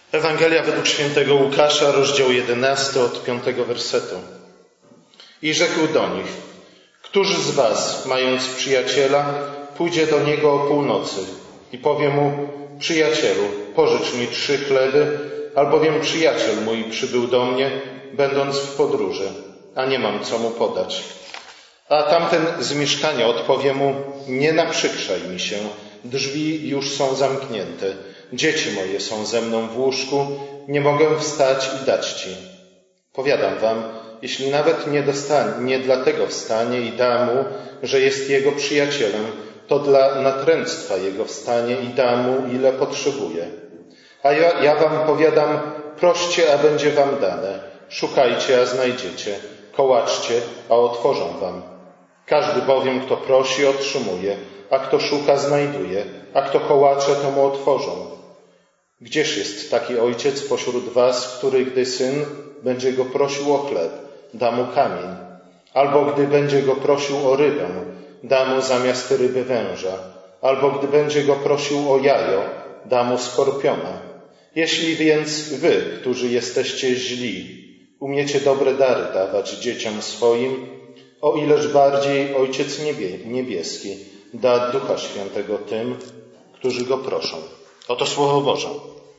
Ewangelia według świętego Łukasza, rozdział 11, od 5 wersetu. I rzekł do nich: Któż z was, mając przyjaciela, pójdzie do niego o północy i powie mu: Przyjacielu, pożycz mi 3 chleby, albowiem przyjaciel mój przybył do mnie, będąc w podróży, a nie mam co mu podać. A tamten z mieszkania odpowie mu: Nie naprzykrzaj mi się, drzwi już są zamknięte, dzieci moje są ze mną w łóżku, nie mogę wstać i dać ci. Powiadam wam, jeśli nawet nie dlatego wstanie i da mu, że jest jego przyjacielem, to dla natręctwa jego wstanie i da mu, ile potrzebuje. A ja wam powiadam, proście, a będzie wam dane, szukajcie, a znajdziecie, kołaczcie, a otworzą wam. Każdy bowiem, kto prosi, otrzymuje, a kto szuka, znajduje, a kto kołacze, to mu otworzą. Gdzież jest taki ojciec pośród was, który, gdy syn będzie go prosił o chleb, da mu kamień, albo gdy będzie go prosił o rybę, da mu zamiast ryby węża, albo gdy będzie go prosił o jajo, da mu skorpiona. Jeśli więc wy, którzy jesteście źli, umiecie dobre dary dawać dzieciom swoim, o ileż bardziej Ojciec Niebieski da Ducha Świętego tym, którzy Go proszą. Oto Słowo Boże.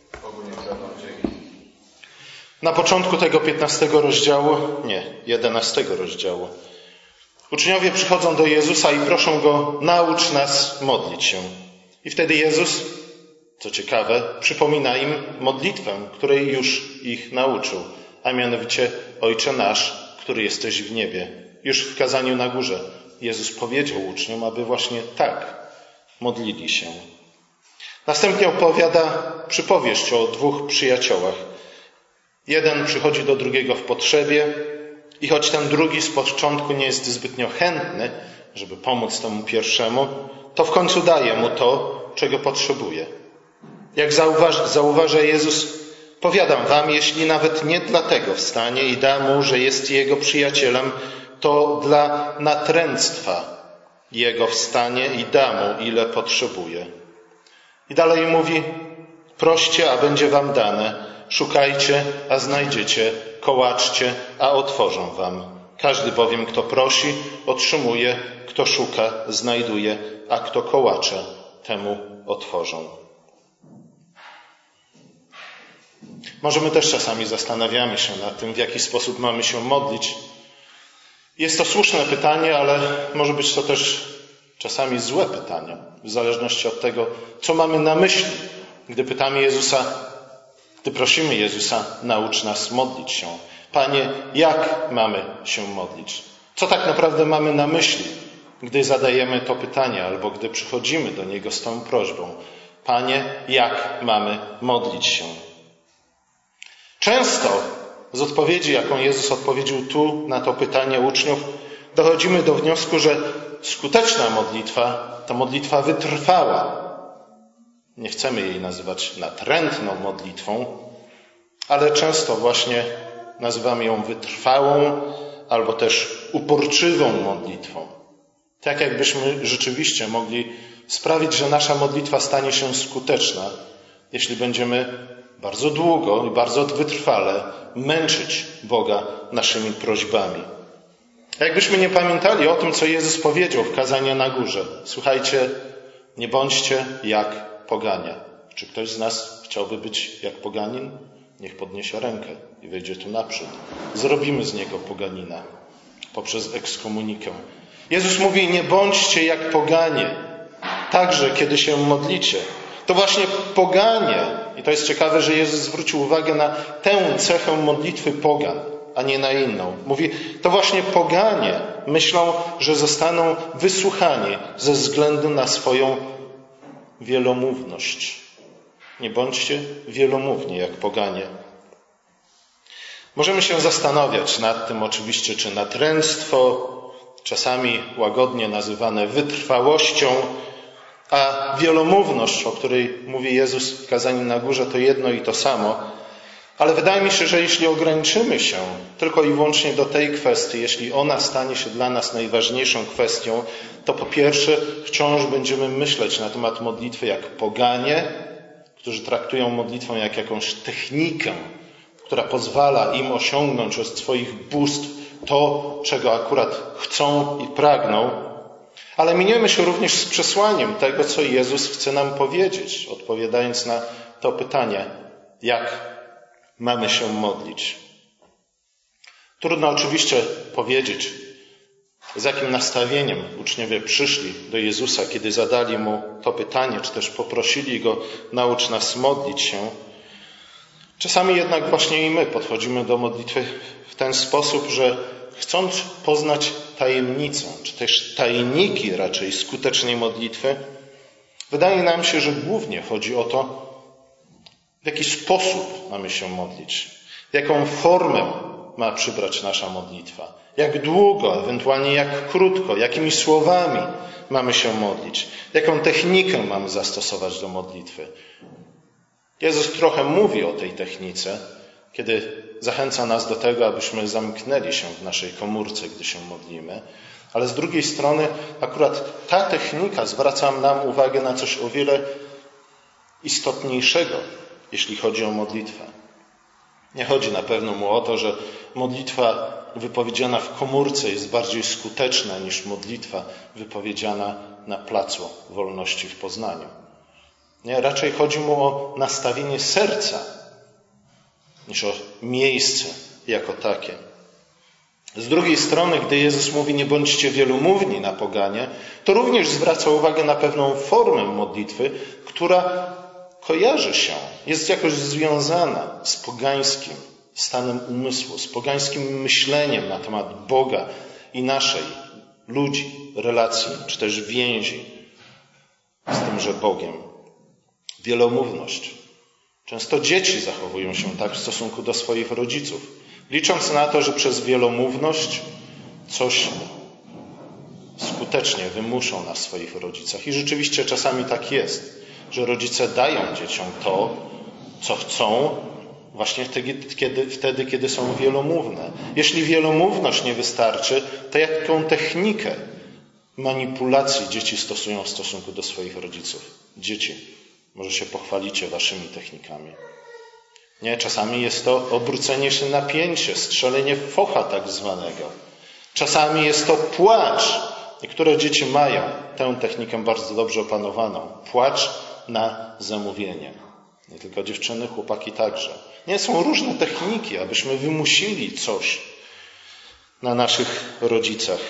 Na początku tego 11 rozdziału, uczniowie przychodzą do Jezusa i proszą Go: naucz nas modlić się. I wtedy Jezus, co ciekawe, przypomina im modlitwę, której już ich nauczył, a mianowicie: Ojcze nasz, który jesteś w niebie. Już w kazaniu na górze Jezus powiedział uczniom, aby właśnie tak modlili się. Następnie opowiada przypowieść o 2 przyjaciołach. Jeden przychodzi do drugiego w potrzebie i choć ten drugi z początku nie jest zbytnio chętny, żeby pomóc temu pierwszemu, to w końcu daje mu to, czego potrzebuje. Jak zauważa Jezus, powiadam wam, jeśli nawet nie dlatego wstanie i da mu, że jest jego przyjacielem, to dla natręctwa jego wstanie i da mu, ile potrzebuje. I dalej mówi: proście, a będzie wam dane, szukajcie, a znajdziecie, kołaczcie, a otworzą wam. Każdy bowiem, kto prosi, otrzymuje, kto szuka, znajduje, a kto kołacze, temu otworzą. Może my też czasami zastanawiamy się nad tym, w jaki sposób mamy się modlić. Jest to słuszne pytanie, ale może być to też czasami złe pytanie, w zależności od tego, co mamy na myśli, gdy prosimy Jezusa: naucz nas modlić się. Panie, jak mamy się modlić? Co tak naprawdę mamy na myśli, gdy zadajemy to pytanie albo gdy przychodzimy do Niego z tą prośbą? Panie, jak mamy modlić się? Często z odpowiedzi, jaką Jezus odpowiedział tu na to pytanie uczniów, dochodzimy do wniosku, że skuteczna modlitwa to modlitwa wytrwała. Nie chcemy jej nazywać natrętną modlitwą, ale często właśnie nazywamy ją wytrwałą albo też uporczywą modlitwą. Tak jakbyśmy rzeczywiście mogli sprawić, że nasza modlitwa stanie się skuteczna, jeśli będziemy bardzo długo i bardzo wytrwale męczyć Boga naszymi prośbami. A jakbyśmy nie pamiętali o tym, co Jezus powiedział w kazaniu na górze: słuchajcie, nie bądźcie jak poganie. Czy ktoś z nas chciałby być jak poganin? Niech podniesie rękę i wejdzie tu naprzód. Zrobimy z niego poganina poprzez ekskomunikę. Jezus mówi: nie bądźcie jak poganie, także kiedy się modlicie. To właśnie poganie, i to jest ciekawe, że Jezus zwrócił uwagę na tę cechę modlitwy pogan, a nie na inną. Mówi: to właśnie poganie myślą, że zostaną wysłuchani ze względu na swoją wielomówność. Nie bądźcie wielomówni jak poganie. Możemy się zastanawiać nad tym oczywiście, czy natręctwo, czasami łagodnie nazywane wytrwałością, a wielomówność, o której mówi Jezus w kazaniu na górze, to jedno i to samo. Ale wydaje mi się, że jeśli ograniczymy się tylko i wyłącznie do tej kwestii, jeśli ona stanie się dla nas najważniejszą kwestią, to po pierwsze wciąż będziemy myśleć na temat modlitwy jak poganie, którzy traktują modlitwę jak jakąś technikę, która pozwala im osiągnąć od swoich bóstw to, czego akurat chcą i pragną, ale miniemy się również z przesłaniem tego, co Jezus chce nam powiedzieć, odpowiadając na to pytanie, jak mamy się modlić. Trudno oczywiście powiedzieć, z jakim nastawieniem uczniowie przyszli do Jezusa, kiedy zadali Mu to pytanie, czy też poprosili Go, naucz nas modlić się. Czasami jednak właśnie i my podchodzimy do modlitwy w ten sposób, że chcąc poznać tajemnicę, czy też tajniki raczej skutecznej modlitwy, wydaje nam się, że głównie chodzi o to, w jaki sposób mamy się modlić, jaką formę ma przybrać nasza modlitwa, jak długo, ewentualnie jak krótko, jakimi słowami mamy się modlić, jaką technikę mamy zastosować do modlitwy. Jezus trochę mówi o tej technice, kiedy zachęca nas do tego, abyśmy zamknęli się w naszej komórce, gdy się modlimy, ale z drugiej strony akurat ta technika zwraca nam uwagę na coś o wiele istotniejszego, jeśli chodzi o modlitwę. Nie chodzi na pewno mu o to, że modlitwa wypowiedziana w komórce jest bardziej skuteczna niż modlitwa wypowiedziana na placu Wolności w Poznaniu. Nie, raczej chodzi mu o nastawienie serca niż o miejsce jako takie. Z drugiej strony, gdy Jezus mówi nie bądźcie wielomówni na poganie, to również zwraca uwagę na pewną formę modlitwy, która kojarzy się, jest jakoś związana z pogańskim stanem umysłu, z pogańskim myśleniem na temat Boga i naszej, ludzi, relacji, czy też więzi z tymże Bogiem. Wielomówność. Często dzieci zachowują się tak w stosunku do swoich rodziców, licząc na to, że przez wielomówność coś skutecznie wymuszą na swoich rodzicach. I rzeczywiście czasami tak jest, że rodzice dają dzieciom to, co chcą, właśnie wtedy, kiedy są wielomówne. Jeśli wielomówność nie wystarczy, to jaką technikę manipulacji dzieci stosują w stosunku do swoich rodziców? Dzieci, może się pochwalicie waszymi technikami. Nie, czasami jest to obrócenie się na pięcie, strzelenie w focha tak zwanego. Czasami jest to płacz. Niektóre dzieci mają tę technikę bardzo dobrze opanowaną. Płacz na zamówienie. Nie tylko dziewczyny, chłopaki także. Nie, są różne techniki, abyśmy wymusili coś na naszych rodzicach.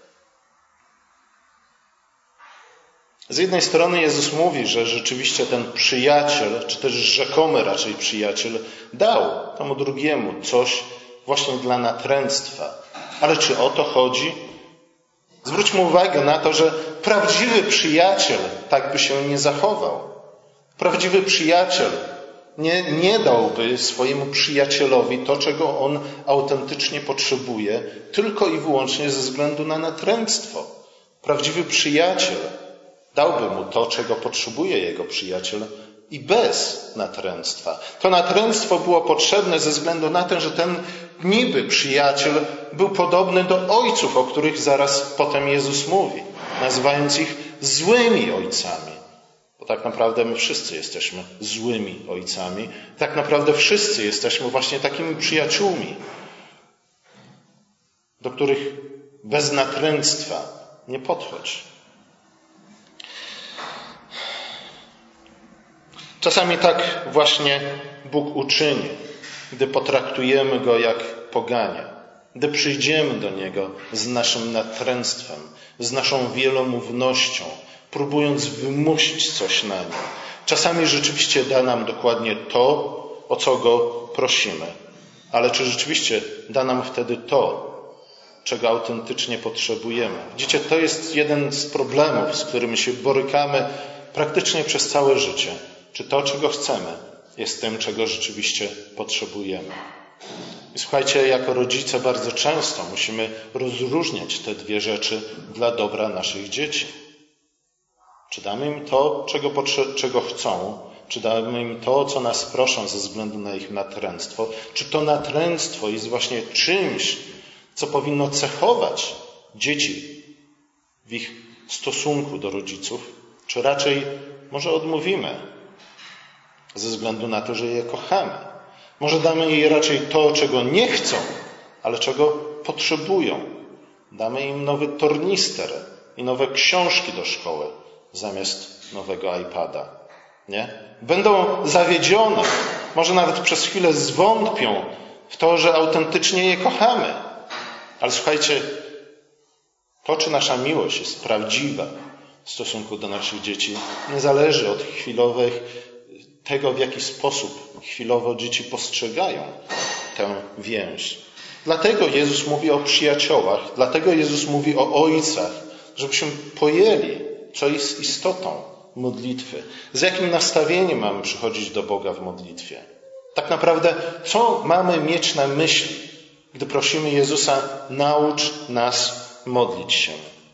Z jednej strony Jezus mówi, że rzeczywiście ten przyjaciel, czy też rzekomy raczej przyjaciel, dał temu drugiemu coś właśnie dla natręctwa. Ale czy o to chodzi? Zwróćmy uwagę na to, że prawdziwy przyjaciel tak by się nie zachował. Prawdziwy przyjaciel nie dałby swojemu przyjacielowi to, czego on autentycznie potrzebuje, tylko i wyłącznie ze względu na natręctwo. Prawdziwy przyjaciel dałby mu to, czego potrzebuje jego przyjaciel i bez natręctwa. To natręctwo było potrzebne ze względu na to, że ten niby przyjaciel był podobny do ojców, o których zaraz potem Jezus mówi, nazywając ich złymi ojcami. Bo tak naprawdę my wszyscy jesteśmy złymi ojcami. Tak naprawdę wszyscy jesteśmy właśnie takimi przyjaciółmi, do których bez natręctwa nie podchodź. Czasami tak właśnie Bóg uczyni, gdy potraktujemy Go jak poganie, gdy przyjdziemy do Niego z naszym natręctwem, z naszą wielomównością, próbując wymusić coś na Nim. Czasami rzeczywiście da nam dokładnie to, o co Go prosimy. Ale czy rzeczywiście da nam wtedy to, czego autentycznie potrzebujemy? Widzicie, to jest jeden z problemów, z którymi się borykamy praktycznie przez całe życie. Czy to, czego chcemy, jest tym, czego rzeczywiście potrzebujemy? I słuchajcie, jako rodzice bardzo często musimy rozróżniać te dwie rzeczy dla dobra naszych dzieci. Czy damy im to, czego chcą? Czy damy im to, co nas proszą ze względu na ich natręctwo? Czy to natręctwo jest właśnie czymś, co powinno cechować dzieci w ich stosunku do rodziców? Czy raczej może odmówimy? ze względu na to, że je kochamy. Może damy jej raczej to, czego nie chcą, ale czego potrzebują. Damy im nowy tornister i nowe książki do szkoły zamiast nowego iPada. Nie? Będą zawiedzione, może nawet przez chwilę zwątpią w to, że autentycznie je kochamy. Ale słuchajcie, to, czy nasza miłość jest prawdziwa w stosunku do naszych dzieci, nie zależy od tego, w jaki sposób chwilowo dzieci postrzegają tę więź. Dlatego Jezus mówi o przyjaciołach, dlatego Jezus mówi o ojcach, żebyśmy pojęli, co jest istotą modlitwy, z jakim nastawieniem mamy przychodzić do Boga w modlitwie. Tak naprawdę, co mamy mieć na myśli, gdy prosimy Jezusa, naucz nas modlić się.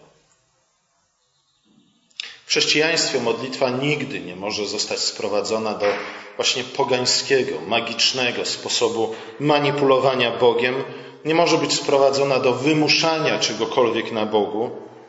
W chrześcijaństwie modlitwa nigdy nie może zostać sprowadzona do właśnie pogańskiego, magicznego sposobu manipulowania Bogiem. Nie może być sprowadzona do wymuszania czegokolwiek na Bogu.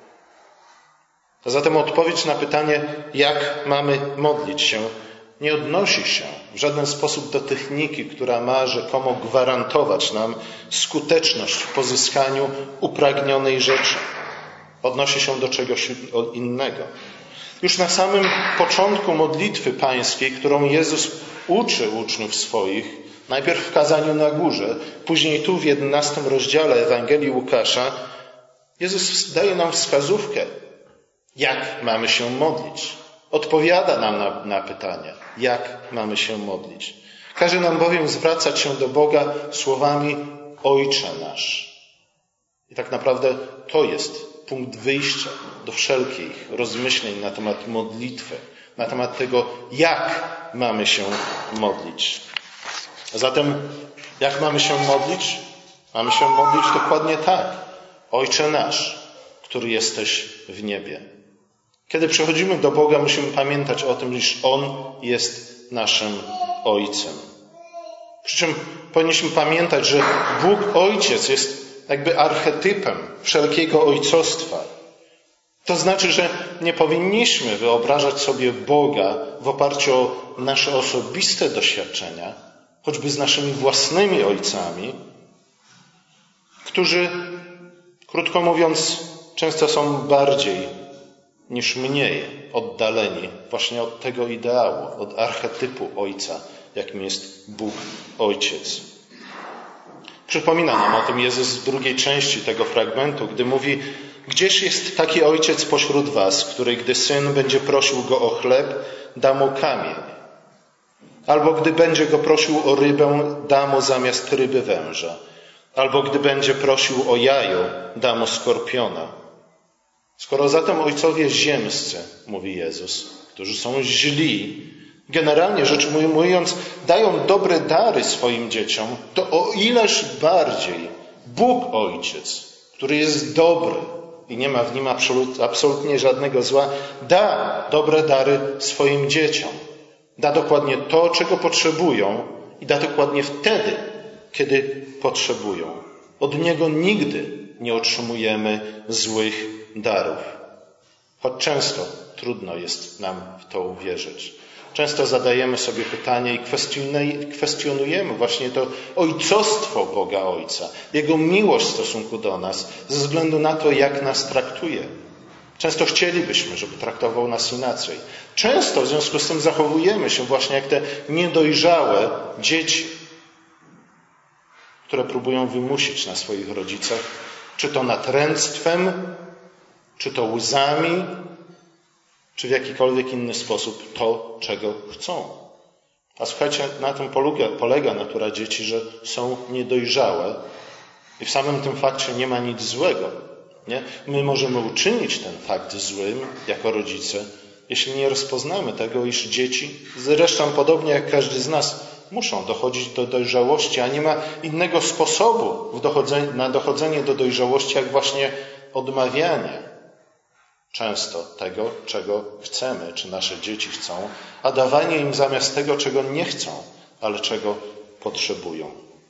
A zatem odpowiedź na pytanie, jak mamy modlić się, nie odnosi się w żaden sposób do techniki, która ma rzekomo gwarantować nam skuteczność w pozyskaniu upragnionej rzeczy. Odnosi się do czegoś innego. Już na samym początku modlitwy pańskiej, którą Jezus uczy uczniów swoich, najpierw w kazaniu na górze, później tu w 11 rozdziale Ewangelii Łukasza, Jezus daje nam wskazówkę, jak mamy się modlić. Odpowiada nam na pytanie, jak mamy się modlić. Każe nam bowiem zwracać się do Boga słowami Ojcze nasz. I tak naprawdę to jest punkt wyjścia do wszelkich rozmyśleń na temat modlitwy, na temat tego, jak mamy się modlić. A zatem, jak mamy się modlić? Mamy się modlić dokładnie tak. Ojcze nasz, który jesteś w niebie. Kiedy przychodzimy do Boga, musimy pamiętać o tym, iż On jest naszym Ojcem. Przy czym powinniśmy pamiętać, że Bóg Ojciec jest jakby archetypem wszelkiego ojcostwa. To znaczy, że nie powinniśmy wyobrażać sobie Boga w oparciu o nasze osobiste doświadczenia, choćby z naszymi własnymi ojcami, którzy, krótko mówiąc, często są bardziej niż mniej oddaleni właśnie od tego ideału, od archetypu Ojca, jakim jest Bóg Ojciec. Przypomina nam o tym Jezus w drugiej części tego fragmentu, gdy mówi: gdzież jest taki ojciec pośród was, który gdy syn będzie prosił go o chleb, da mu kamień? Albo gdy będzie go prosił o rybę, da mu zamiast ryby węża. Albo gdy będzie prosił o jajo, da mu skorpiona. Skoro zatem ojcowie ziemscy, mówi Jezus, którzy są źli, generalnie rzecz mówiąc, dają dobre dary swoim dzieciom, to o ileż bardziej Bóg Ojciec, który jest dobry i nie ma w nim absolutnie żadnego zła, da dobre dary swoim dzieciom. Da dokładnie to, czego potrzebują i da dokładnie wtedy, kiedy potrzebują. Od Niego nigdy nie otrzymujemy złych darów. Choć często trudno jest nam w to uwierzyć. Często zadajemy sobie pytanie i kwestionujemy właśnie to ojcostwo Boga Ojca, Jego miłość w stosunku do nas, ze względu na to, jak nas traktuje. Często chcielibyśmy, żeby traktował nas inaczej. Często w związku z tym zachowujemy się właśnie jak te niedojrzałe dzieci, które próbują wymusić na swoich rodzicach, czy to natręctwem, czy to łzami, czy w jakikolwiek inny sposób to, czego chcą. A słuchajcie, na tym polega natura dzieci, że są niedojrzałe i w samym tym fakcie nie ma nic złego. Nie? My możemy uczynić ten fakt złym jako rodzice, jeśli nie rozpoznamy tego, iż dzieci, zresztą podobnie jak każdy z nas, muszą dochodzić do dojrzałości, a nie ma innego sposobu na dochodzenie do dojrzałości, jak właśnie odmawianie często tego, czego chcemy, czy nasze dzieci chcą, a dawanie im zamiast tego, czego nie chcą, ale czego potrzebują.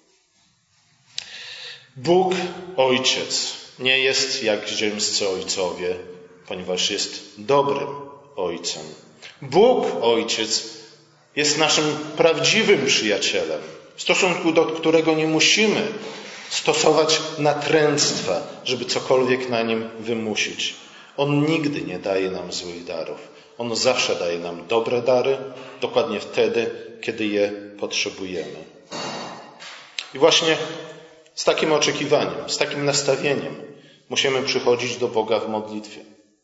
Bóg Ojciec nie jest jak ziemscy ojcowie, ponieważ jest dobrym Ojcem. Bóg Ojciec Jest naszym prawdziwym przyjacielem, w stosunku do którego nie musimy stosować natręctwa, żeby cokolwiek na nim wymusić. On nigdy nie daje nam złych darów. On zawsze daje nam dobre dary, dokładnie wtedy, kiedy je potrzebujemy. I właśnie z takim oczekiwaniem, z takim nastawieniem musimy przychodzić do Boga w modlitwie.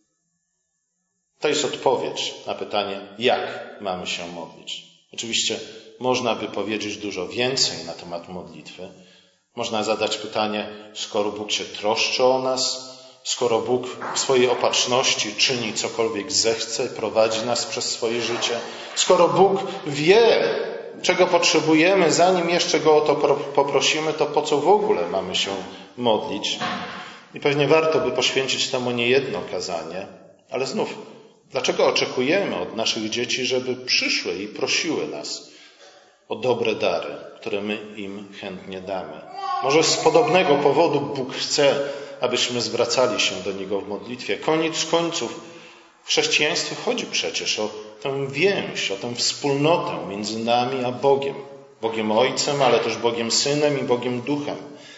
To jest odpowiedź na pytanie, jak mamy się modlić. Oczywiście można by powiedzieć dużo więcej na temat modlitwy. Można zadać pytanie, skoro Bóg się troszczy o nas, skoro Bóg w swojej opatrzności czyni cokolwiek zechce, prowadzi nas przez swoje życie, skoro Bóg wie, czego potrzebujemy, zanim jeszcze Go o to poprosimy, to po co w ogóle mamy się modlić? I pewnie warto by poświęcić temu niejedno kazanie, ale znów, dlaczego oczekujemy od naszych dzieci, żeby przyszły i prosiły nas o dobre dary, które my im chętnie damy? Może z podobnego powodu Bóg chce, abyśmy zwracali się do Niego w modlitwie. Koniec końców w chrześcijaństwie chodzi przecież o tę więź, o tę wspólnotę między nami a Bogiem. Bogiem Ojcem, ale też Bogiem Synem i Bogiem Duchem.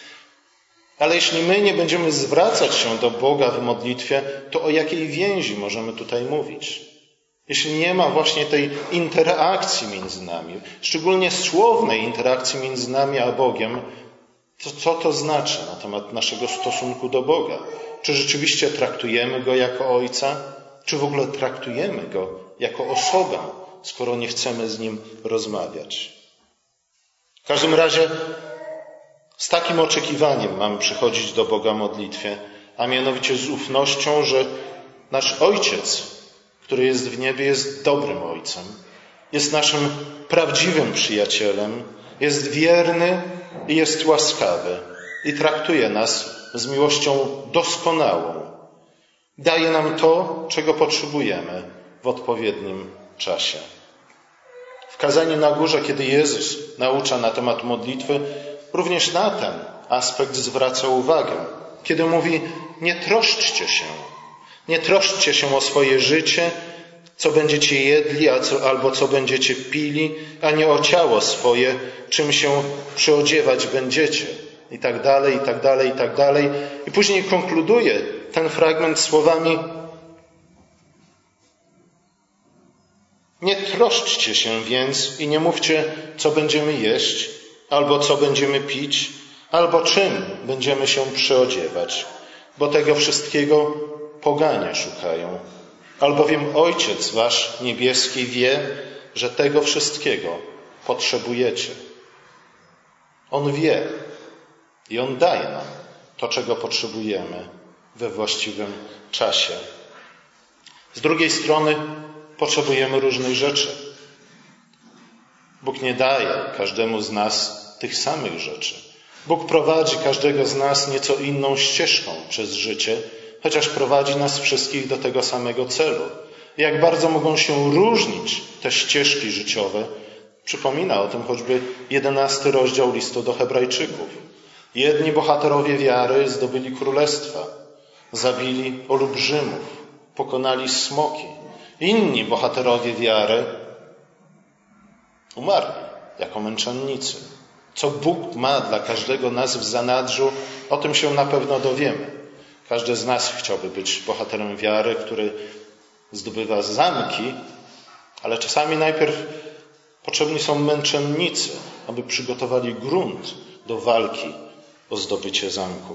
Ale jeśli my nie będziemy zwracać się do Boga w modlitwie, to o jakiej więzi możemy tutaj mówić? Jeśli nie ma właśnie tej interakcji między nami, szczególnie słownej interakcji między nami a Bogiem, to co to znaczy na temat naszego stosunku do Boga? Czy rzeczywiście traktujemy Go jako Ojca? Czy w ogóle traktujemy Go jako osobę, skoro nie chcemy z Nim rozmawiać? W każdym razie z takim oczekiwaniem mamy przychodzić do Boga w modlitwie, a mianowicie z ufnością, że nasz Ojciec, który jest w niebie, jest dobrym Ojcem, jest naszym prawdziwym przyjacielem, jest wierny i jest łaskawy i traktuje nas z miłością doskonałą. Daje nam to, czego potrzebujemy w odpowiednim czasie. W kazaniu na górze, kiedy Jezus naucza na temat modlitwy, również na ten aspekt zwraca uwagę. Kiedy mówi, nie troszczcie się. Nie troszczcie się o swoje życie, co będziecie jedli, albo co będziecie pili, a nie o ciało swoje, czym się przyodziewać będziecie. I tak dalej, i tak dalej, i tak dalej. I później konkluduje ten fragment słowami: nie troszczcie się więc i nie mówcie, co będziemy jeść, albo co będziemy pić, albo czym będziemy się przyodziewać, bo tego wszystkiego poganie szukają. Albowiem Ojciec wasz niebieski wie, że tego wszystkiego potrzebujecie. On wie i On daje nam to, czego potrzebujemy we właściwym czasie. Z drugiej strony potrzebujemy różnych rzeczy. Bóg nie daje każdemu z nas tych samych rzeczy. Bóg prowadzi każdego z nas nieco inną ścieżką przez życie, chociaż prowadzi nas wszystkich do tego samego celu. Jak bardzo mogą się różnić te ścieżki życiowe, przypomina o tym choćby 11 rozdział listu do Hebrajczyków. Jedni bohaterowie wiary zdobyli królestwa, zabili olbrzymów, pokonali smoki. Inni bohaterowie wiary umarli jako męczennicy. Co Bóg ma dla każdego nas w zanadrzu, o tym się na pewno dowiemy. Każdy z nas chciałby być bohaterem wiary, który zdobywa zamki, ale czasami najpierw potrzebni są męczennicy, aby przygotowali grunt do walki o zdobycie zamków.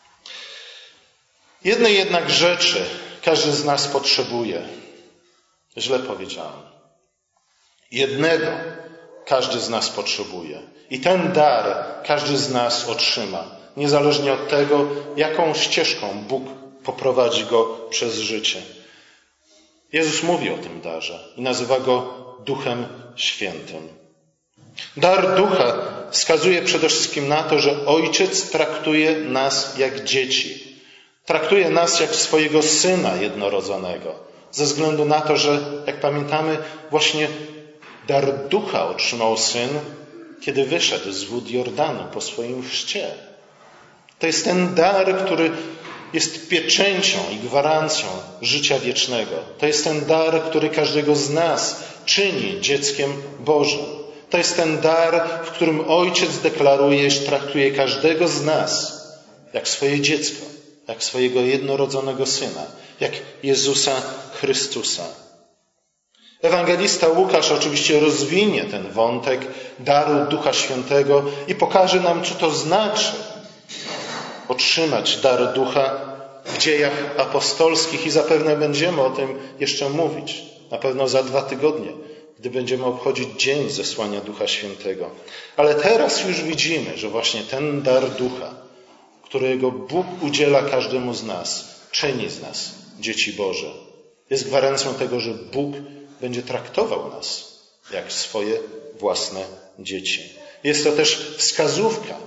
Jednej jednak rzeczy każdy z nas potrzebuje. Źle powiedziałem. Jednego każdy z nas potrzebuje. I ten dar każdy z nas otrzyma, niezależnie od tego, jaką ścieżką Bóg poprowadzi go przez życie. Jezus mówi o tym darze i nazywa go Duchem Świętym. Dar Ducha wskazuje przede wszystkim na to, że Ojciec traktuje nas jak dzieci. Traktuje nas jak swojego Syna jednorodzonego. Ze względu na to, że, jak pamiętamy, właśnie dar Ducha otrzymał Syn, kiedy wyszedł z wód Jordanu po swoim chrzcie. To jest ten dar, który jest pieczęcią i gwarancją życia wiecznego. To jest ten dar, który każdego z nas czyni dzieckiem Bożym. To jest ten dar, w którym Ojciec deklaruje, że traktuje każdego z nas jak swoje dziecko, jak swojego jednorodzonego Syna, jak Jezusa Chrystusa. Ewangelista Łukasz oczywiście rozwinie ten wątek daru Ducha Świętego i pokaże nam, co to znaczy otrzymać dar Ducha w Dziejach Apostolskich i zapewne będziemy o tym jeszcze mówić. Na pewno za 2 tygodnie, gdy będziemy obchodzić Dzień Zesłania Ducha Świętego. Ale teraz już widzimy, że właśnie ten dar Ducha, którego Bóg udziela każdemu z nas, czyni z nas dzieci Boże. Jest gwarancją tego, że Bóg będzie traktował nas jak swoje własne dzieci. Jest to też wskazówka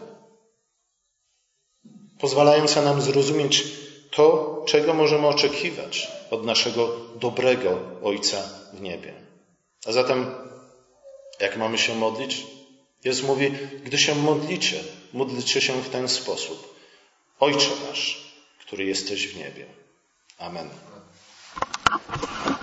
pozwalająca nam zrozumieć to, czego możemy oczekiwać od naszego dobrego Ojca w niebie. A zatem, jak mamy się modlić? Jezus mówi, gdy się módlcie się w ten sposób. Ojcze nasz, który jesteś w niebie. Amen.